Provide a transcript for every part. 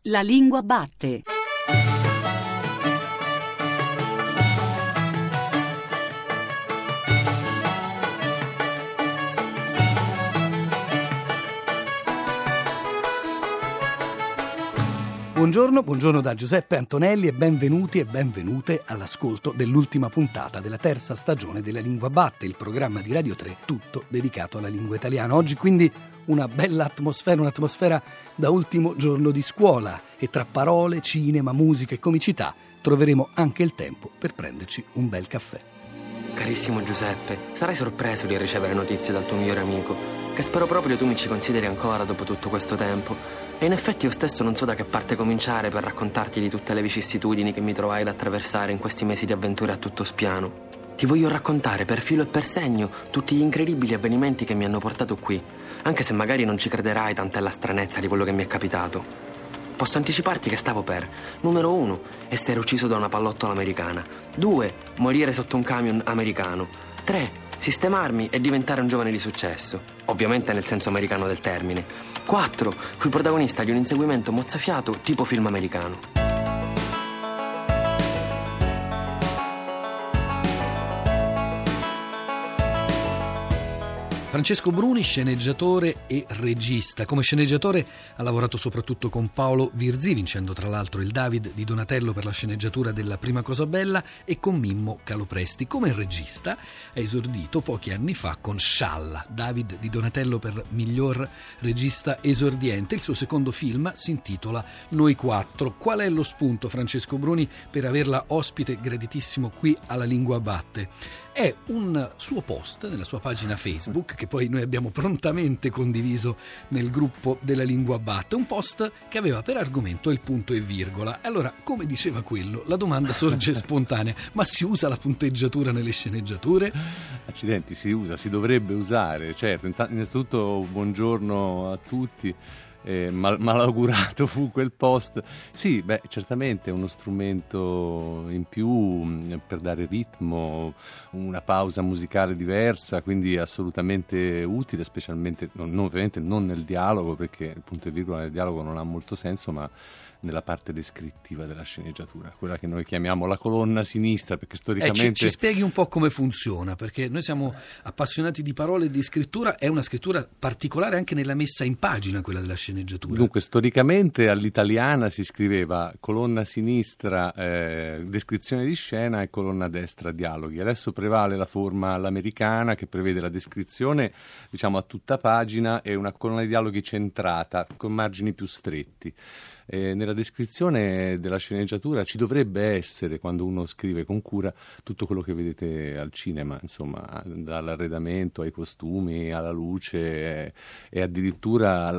La lingua batte. Buongiorno da Giuseppe Antonelli e benvenuti e benvenute all'ascolto dell'ultima puntata della terza stagione della Lingua Batte, il programma di Radio 3 tutto dedicato alla lingua italiana. Oggi quindi una bella atmosfera, un'atmosfera da ultimo giorno di scuola, e tra parole, cinema, musica e comicità troveremo anche il tempo per prenderci un bel caffè. Carissimo Giuseppe, sarai sorpreso di ricevere notizie dal tuo migliore amico, che spero proprio tu mi ci consideri ancora dopo tutto questo tempo. E in effetti io stesso non so da che parte cominciare per raccontarti di tutte le vicissitudini che mi trovai ad attraversare in questi mesi di avventure a tutto spiano. Ti voglio raccontare per filo e per segno tutti gli incredibili avvenimenti che mi hanno portato qui, anche se magari non ci crederai, tant'è la stranezza di quello che mi è capitato. Posso anticiparti che stavo per: numero 1, essere ucciso da una pallottola americana; 2, morire sotto un camion americano; 3, sistemarmi e diventare un giovane di successo, ovviamente nel senso americano del termine; 4, fui protagonista di un inseguimento mozzafiato tipo film americano. Francesco Bruni, sceneggiatore e regista. Come sceneggiatore ha lavorato soprattutto con Paolo Virzì, vincendo tra l'altro il David di Donatello per la sceneggiatura della Prima cosa bella, e con Mimmo Calopresti. Come regista ha esordito pochi anni fa con Scialla, David di Donatello per miglior regista esordiente. Il suo secondo film si intitola Noi Quattro. Qual è lo spunto, Francesco Bruni, per averla ospite graditissimo qui alla Lingua Batte? È un suo post nella sua pagina Facebook, che poi noi abbiamo prontamente condiviso nel gruppo della Lingua Batte, un post che aveva per argomento il punto e virgola. Allora, come diceva quello, la domanda sorge spontanea: ma si usa la punteggiatura nelle sceneggiature? Accidenti, si usa, si dovrebbe usare, certo. Innanzitutto buongiorno a tutti. Malaugurato fu quel post. Sì, certamente è uno strumento in più per dare ritmo, una pausa musicale diversa, quindi assolutamente utile, specialmente ovviamente non nel dialogo, perché il punto e virgola nel dialogo non ha molto senso, ma nella parte descrittiva della sceneggiatura, quella che noi chiamiamo la colonna sinistra, perché storicamente... Ci spieghi un po' come funziona, perché noi siamo appassionati di parole e di scrittura. È una scrittura particolare anche nella messa in pagina, quella della sceneggiatura. Dunque, storicamente all'italiana si scriveva colonna sinistra descrizione di scena e colonna destra dialoghi. Adesso prevale la forma all'americana, che prevede la descrizione, diciamo, a tutta pagina, e una colonna di dialoghi centrata con margini più stretti. Nella descrizione della sceneggiatura ci dovrebbe essere, quando uno scrive con cura, tutto quello che vedete al cinema, insomma, dall'arredamento ai costumi, alla luce, e addirittura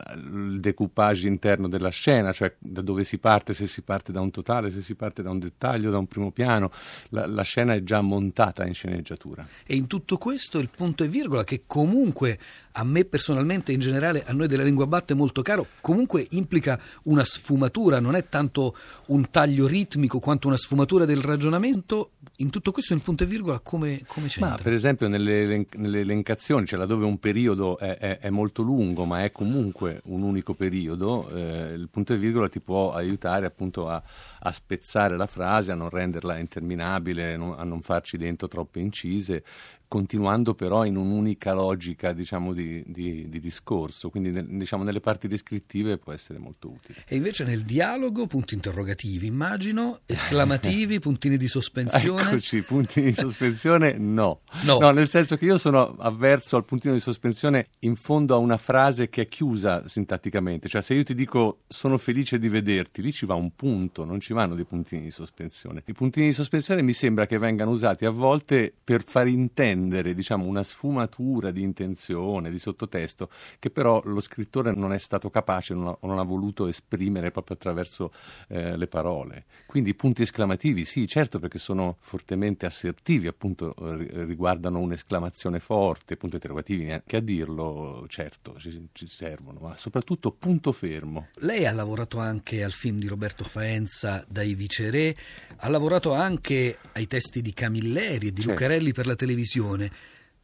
il decoupage interno della scena, cioè da dove si parte, se si parte da un totale, se si parte da un dettaglio, da un primo piano. La scena è già montata in sceneggiatura. E in tutto questo il punto e virgola, che comunque a me personalmente, in generale a noi della Lingua Batte, è molto caro, comunque implica una sfumatura, non è tanto un taglio ritmico quanto una sfumatura del ragionamento. In tutto questo il punto e virgola come c'entra? Ma per esempio nelle elencazioni, cioè laddove un periodo è molto lungo ma è comunque un unico periodo, il punto e virgola ti può aiutare appunto a spezzare la frase, a non renderla interminabile, a non farci dentro troppe incise, continuando però in un'unica logica, diciamo, di discorso. Quindi diciamo nelle parti descrittive può essere molto utile. E invece nel dialogo punti interrogativi, immagino, esclamativi, puntini di sospensione. Eccoci, puntini di sospensione no, nel senso che io sono avverso al puntino di sospensione in fondo a una frase che è chiusa sintatticamente. Cioè, se io ti dico sono felice di vederti, lì ci va un punto, non ci vanno dei puntini di sospensione. I puntini di sospensione mi sembra che vengano usati a volte per far intendere, diciamo, una sfumatura di intenzione, di sottotesto, che però lo scrittore non è stato capace, non ha voluto esprimere proprio attraverso le parole. Quindi i punti esclamativi sì, certo, perché sono fortemente assertivi, appunto, riguardano un'esclamazione forte. Punti interrogativi, neanche a dirlo, certo, ci servono, ma soprattutto punto fermo. Lei ha lavorato anche al film di Roberto Faenza, Dai Viceré, ha lavorato anche ai testi di Camilleri e di Lucarelli per la televisione.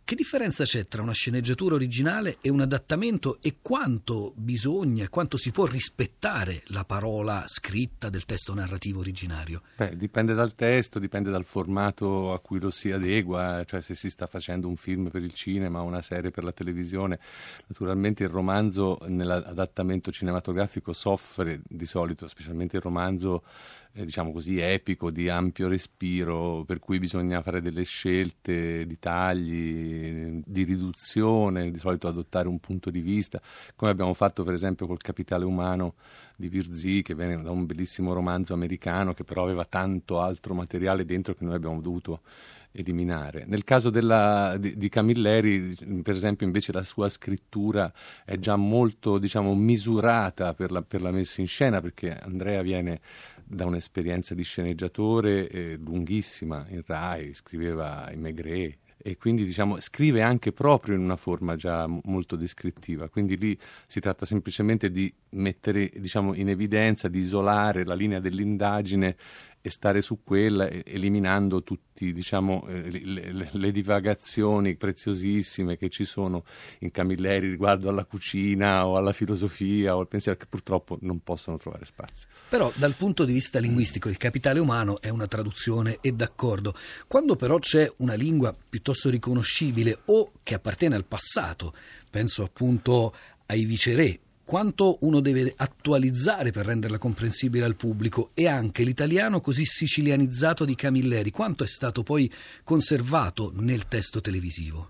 Che differenza c'è tra una sceneggiatura originale e un adattamento, e quanto bisogna, quanto si può rispettare la parola scritta del testo narrativo originario? Dipende dal testo, dipende dal formato a cui lo si adegua, cioè se si sta facendo un film per il cinema o una serie per la televisione. Naturalmente il romanzo nell'adattamento cinematografico soffre di solito, specialmente il romanzo diciamo così epico, di ampio respiro, per cui bisogna fare delle scelte di tagli, di riduzione, di solito adottare un punto di vista, come abbiamo fatto per esempio col Capitale umano di Virzì, che viene da un bellissimo romanzo americano che però aveva tanto altro materiale dentro che noi abbiamo dovuto eliminare. Nel caso di Camilleri, per esempio, invece la sua scrittura è già molto, diciamo, misurata per la messa in scena, perché Andrea viene da un'esperienza di sceneggiatore lunghissima in Rai, scriveva i Maigret, e quindi diciamo scrive anche proprio in una forma già molto descrittiva, quindi lì si tratta semplicemente di mettere, diciamo, in evidenza, di isolare la linea dell'indagine e stare su quella, eliminando tutti, diciamo, le divagazioni preziosissime che ci sono in Camilleri riguardo alla cucina o alla filosofia o al pensiero, che purtroppo non possono trovare spazio. Però dal punto di vista linguistico il Capitale umano è una traduzione, e d'accordo. Quando però c'è una lingua piuttosto riconoscibile o che appartiene al passato, penso appunto ai viceré, quanto uno deve attualizzare per renderla comprensibile al pubblico, e anche l'italiano così sicilianizzato di Camilleri, quanto è stato poi conservato nel testo televisivo?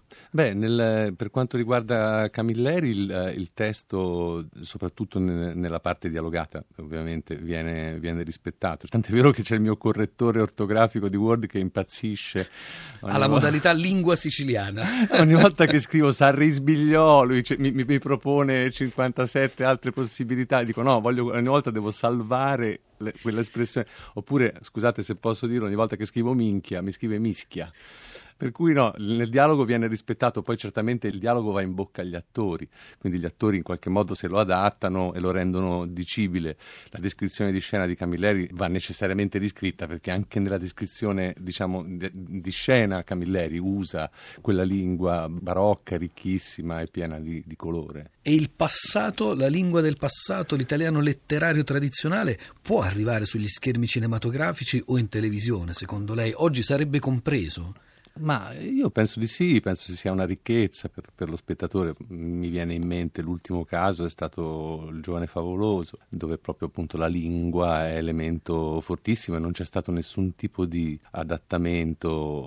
Per quanto riguarda Camilleri, il testo, soprattutto nella parte dialogata, ovviamente viene rispettato. Tant'è vero che c'è il mio correttore ortografico di Word che impazzisce. Alla modalità lingua siciliana. Ogni volta che scrivo Sarrisbigliò, lui mi propone 57 altre possibilità. Dico no, ogni volta devo salvare quell'espressione. Oppure, scusate se posso dire, ogni volta che scrivo minchia, mi scrive mischia. Per cui no, nel dialogo viene rispettato, poi certamente il dialogo va in bocca agli attori, quindi gli attori in qualche modo se lo adattano e lo rendono dicibile. La descrizione di scena di Camilleri va necessariamente riscritta, perché anche nella descrizione, diciamo, di scena Camilleri usa quella lingua barocca, ricchissima e piena di colore. E il passato, la lingua del passato, l'italiano letterario tradizionale, può arrivare sugli schermi cinematografici o in televisione, secondo lei? Oggi sarebbe compreso? Ma io penso di sì, penso sia una ricchezza per lo spettatore. Mi viene in mente l'ultimo caso, è stato Il giovane favoloso, dove proprio appunto la lingua è elemento fortissimo e non c'è stato nessun tipo di adattamento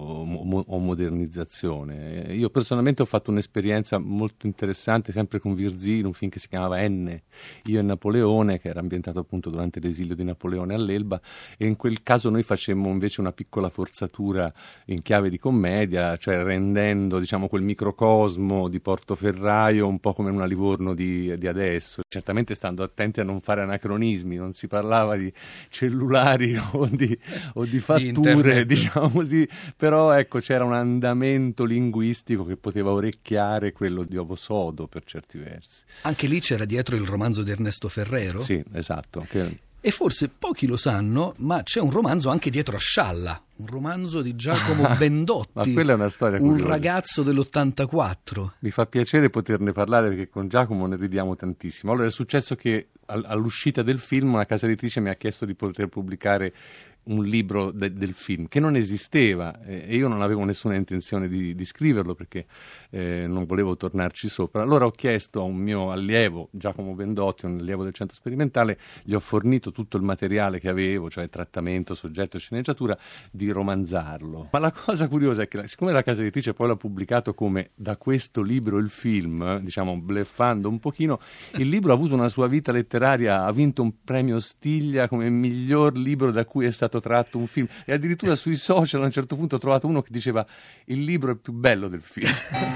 o modernizzazione. Io personalmente ho fatto un'esperienza molto interessante sempre con Virzì, in un film che si chiamava N, Io e Napoleone, che era ambientato appunto durante l'esilio di Napoleone all'Elba, e in quel caso noi facemmo invece una piccola forzatura in chiave di commedia, cioè rendendo, diciamo, quel microcosmo di Portoferraio un po' come una Livorno di adesso, certamente stando attenti a non fare anacronismi. Non si parlava di cellulari o di fatture, diciamo così, però ecco, c'era un andamento linguistico che poteva orecchiare quello di Ovo Sodo per certi versi. Anche lì c'era dietro il romanzo di Ernesto Ferrero? Sì, esatto. E forse pochi lo sanno, ma c'è un romanzo anche dietro a Scialla, un romanzo di Giacomo Bendotti, ma quella è una storia curiosa. Un ragazzo dell'84. Mi fa piacere poterne parlare, perché con Giacomo ne ridiamo tantissimo. Allora, è successo che all'uscita del film una casa editrice mi ha chiesto di poter pubblicare un libro del film che non esisteva, e io non avevo nessuna intenzione di scriverlo, perché non volevo tornarci sopra. Allora ho chiesto a un mio allievo, Giacomo Bendotti, un allievo del centro sperimentale, gli ho fornito tutto il materiale che avevo, cioè trattamento, soggetto e sceneggiatura, di romanzarlo. Ma la cosa curiosa è che, siccome la casa editrice poi l'ha pubblicato come Da questo libro il film, diciamo bluffando un pochino, il libro ha avuto una sua vita letteraria, ha vinto un premio Stiglia come miglior libro da cui è stato tratto un film, e addirittura sui social a un certo punto ho trovato uno che diceva: il libro è più bello del film.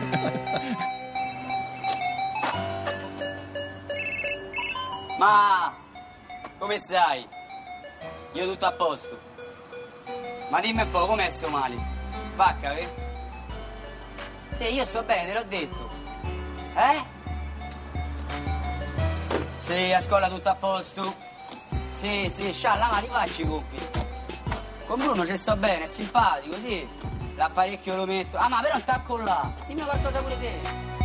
Ma come stai? Io tutto a posto. Ma dimmi un po', com'è Somali? Spacca, vero? Sì, io sto bene, te l'ho detto. Sì, a scuola tutto a posto. Sì, scialla, ma rifacci i compiti. Con Bruno ci sto bene, è simpatico, sì. l'apparecchio lo metto. Ah, ma però un tacco là. Dimmi qualcosa pure te.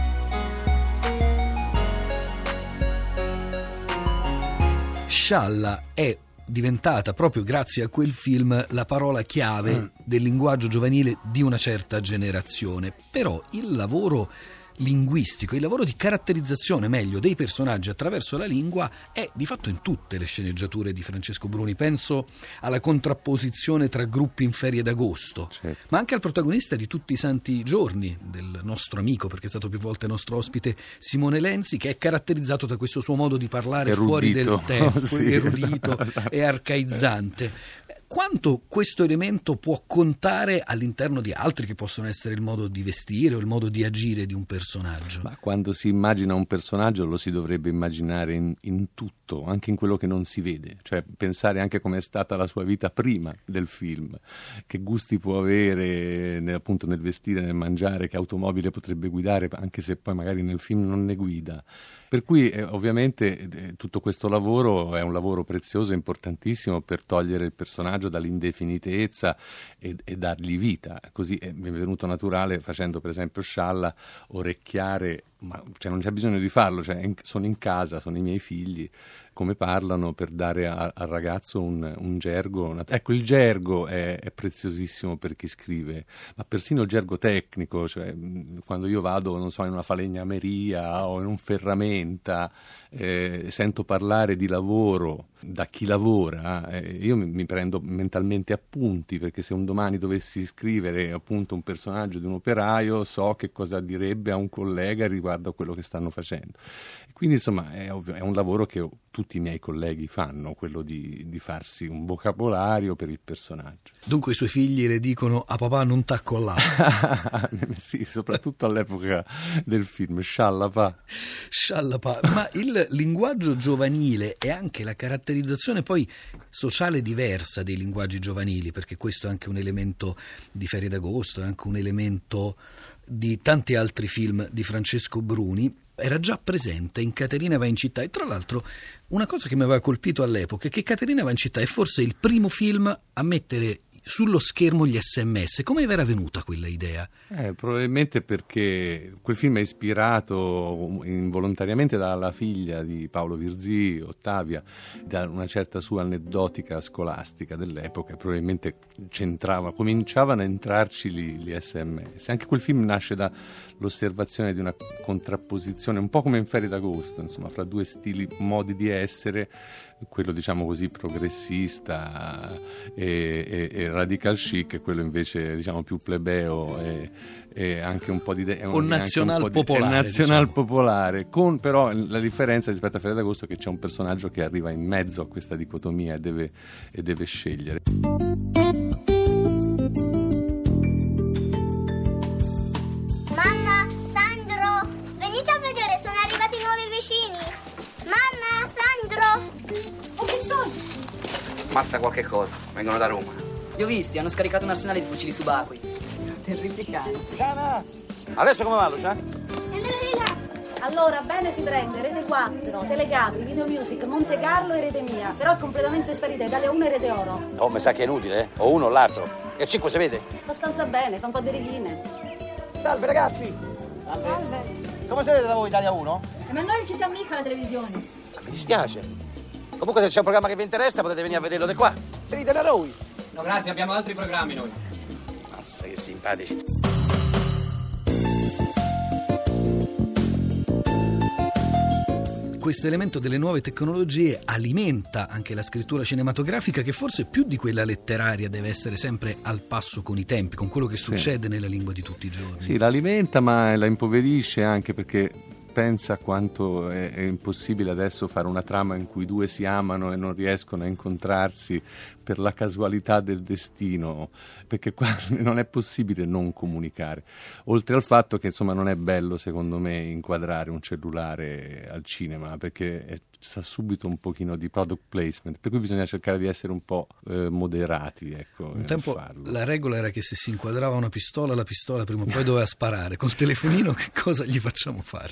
Scialla è diventata proprio grazie a quel film la parola chiave del linguaggio giovanile di una certa generazione. Però il lavoro linguistico, il lavoro di caratterizzazione meglio dei personaggi attraverso la lingua è di fatto in tutte le sceneggiature di Francesco Bruni. Penso alla contrapposizione tra gruppi in Ferie d'agosto, certo, ma anche al protagonista di Tutti i Santi Giorni, del nostro amico, perché è stato più volte nostro ospite, Simone Lenzi, che è caratterizzato da questo suo modo di parlare erudito, fuori del tempo, sì, erudito e arcaizzante. Quanto questo elemento può contare all'interno di altri che possono essere il modo di vestire o il modo di agire di un personaggio? Ma quando si immagina un personaggio lo si dovrebbe immaginare in tutto, anche in quello che non si vede, cioè pensare anche come è stata la sua vita prima del film, che gusti può avere appunto nel vestire, nel mangiare, che automobile potrebbe guidare, anche se poi magari nel film non ne guida. Per cui ovviamente tutto questo lavoro è un lavoro prezioso e importantissimo per togliere il personaggio dall'indefinitezza e dargli vita. Così mi è venuto naturale, facendo per esempio Scialla, orecchiare, ma cioè, non c'è bisogno di farlo, cioè, sono in casa, sono i miei figli, come parlano, per dare al ragazzo un gergo. Ecco, il gergo è preziosissimo per chi scrive, ma persino il gergo tecnico, cioè quando io vado, non so, in una falegnameria o in un ferramenta, sento parlare di lavoro da chi lavora, io mi prendo mentalmente appunti, perché se un domani dovessi scrivere appunto un personaggio di un operaio, so che cosa direbbe a un collega riguardo a quello che stanno facendo. Quindi insomma è un lavoro che tutti i miei colleghi fanno, quello di farsi un vocabolario per il personaggio. Dunque i suoi figli le dicono: a papà non t'accollare. Sì, soprattutto all'epoca del film, sciallapà. Sciallapà, ma il linguaggio giovanile e anche la caratterizzazione poi sociale diversa dei linguaggi giovanili, perché questo è anche un elemento di Ferie d'agosto, è anche un elemento di tanti altri film di Francesco Bruni, era già presente in Caterina va in città. E tra l'altro una cosa che mi aveva colpito all'epoca è che Caterina va in città è forse il primo film a mettere sullo schermo gli SMS. Come era venuta quella idea? Probabilmente perché quel film è ispirato involontariamente dalla figlia di Paolo Virzì, Ottavia, da una certa sua aneddotica scolastica dell'epoca. Probabilmente cominciavano a entrarci gli SMS. Anche quel film nasce dall'osservazione di una contrapposizione, un po' come in Ferie d'agosto, insomma, fra due modi di essere, quello diciamo così progressista e radical chic, e quello invece diciamo più plebeo e anche un po' di o nazional popolare, nazional popolare, con però la differenza rispetto a Ferie d'agosto che c'è un personaggio che arriva in mezzo a questa dicotomia e deve scegliere. Mamma, Sandro, venite a vedere, sono arrivati nuovi vicini. Mamma, Sandro. E che sono? Mazza qualche cosa, vengono da Roma. Li ho visti, hanno scaricato un arsenale di fucili subacquei. Terrificante. Luciana! Adesso come va, Luciana? Andate di là. Allora, bene si prende Rete 4, Telegatti, Video Music, Monte Carlo e Rete Mia. Però è completamente sparita Italia 1 e Rete Oro. Oh, mi sa che è inutile, eh? O uno o l'altro. E 5 si vede? Abbastanza bene, fa un po' di righine. Salve ragazzi! Salve. Come si vede da voi Italia 1? Ma noi non ci siamo mica alla televisione. Mi dispiace. Comunque se c'è un programma che vi interessa potete venire a vederlo di qua. Venite da noi. No, grazie, abbiamo altri programmi noi. Mazza che simpatici. Questo elemento delle nuove tecnologie alimenta anche la scrittura cinematografica, che forse più di quella letteraria deve essere sempre al passo con i tempi, con quello che succede nella lingua di tutti i giorni. Sì, la alimenta ma la impoverisce anche, perché pensa quanto è impossibile adesso fare una trama in cui due si amano e non riescono a incontrarsi per la casualità del destino, perché qua non è possibile non comunicare. Oltre al fatto che insomma non è bello secondo me inquadrare un cellulare al cinema, perché sa subito un pochino di product placement, per cui bisogna cercare di essere un po' moderati, ecco. Un tempo la regola era che se si inquadrava una pistola, la pistola prima o poi doveva sparare. Col telefonino che cosa gli facciamo fare?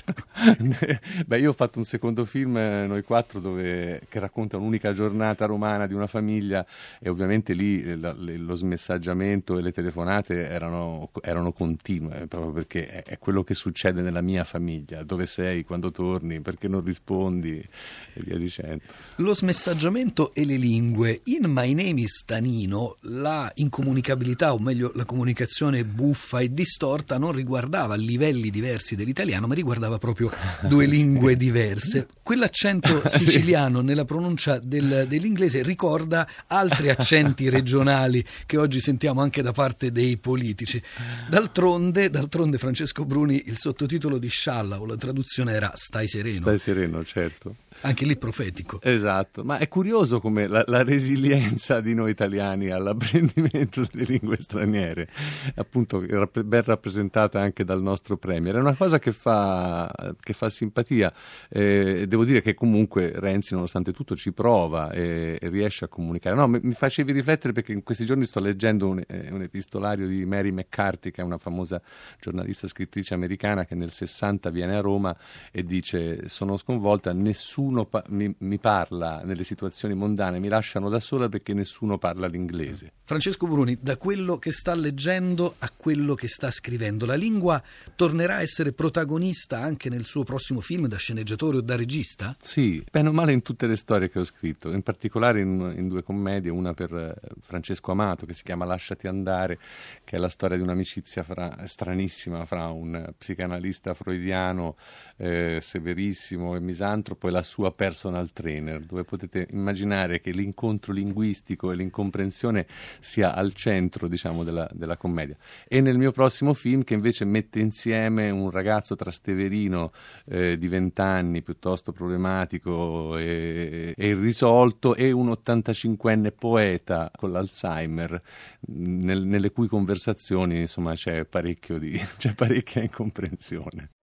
Beh, io ho fatto un secondo film, Noi quattro, che racconta un'unica giornata romana di una famiglia, e ovviamente lì lo smessaggiamento e le telefonate erano continue, proprio perché è quello che succede nella mia famiglia: dove sei, quando torni, perché non rispondi, e via dicendo. Lo smessaggiamento e le lingue. In My Name is Tanino la incomunicabilità, o meglio la comunicazione buffa e distorta, non riguardava livelli diversi dell'italiano, ma riguardava proprio due lingue diverse. Quell'accento siciliano nella pronuncia dell'inglese ricorda altri accenti regionali che oggi sentiamo anche da parte dei politici. D'altronde Francesco Bruni, il sottotitolo di Scialla, o la traduzione era Stai sereno. Stai sereno, certo. Anche lì profetico. Esatto, ma è curioso come la resilienza di noi italiani all'apprendimento delle lingue straniere, appunto ben rappresentata anche dal nostro premier, è una cosa che fa simpatia. Devo dire che comunque Renzi, nonostante tutto, ci prova e riesce a comunicare. No, mi facevi riflettere, perché in questi giorni sto leggendo un epistolario di Mary McCarthy, che è una famosa giornalista scrittrice americana, che nel 60 viene a Roma e dice: sono sconvolta, nessuno mi parla nelle situazioni mondane, mi lasciano da sola perché nessuno parla l'inglese. Francesco Bruni, da quello che sta leggendo a quello che sta scrivendo, la lingua tornerà a essere protagonista anche nel suo prossimo film, da sceneggiatore o da regista? Sì, bene o male in tutte le storie che ho scritto, in particolare in due commedie, una per Francesco Amato che si chiama Lasciati andare, che è la storia di un'amicizia stranissima fra un psicanalista freudiano severissimo e misantropo e la sua personal trainer, dove potete immaginare che l'incontro linguistico e l'incomprensione sia al centro, diciamo, della commedia. E nel mio prossimo film, che invece mette insieme un ragazzo trasteverino di 20 anni, piuttosto problematico e irrisolto, e un 85enne poeta con l'Alzheimer, nelle cui conversazioni, insomma, c'è parecchia incomprensione.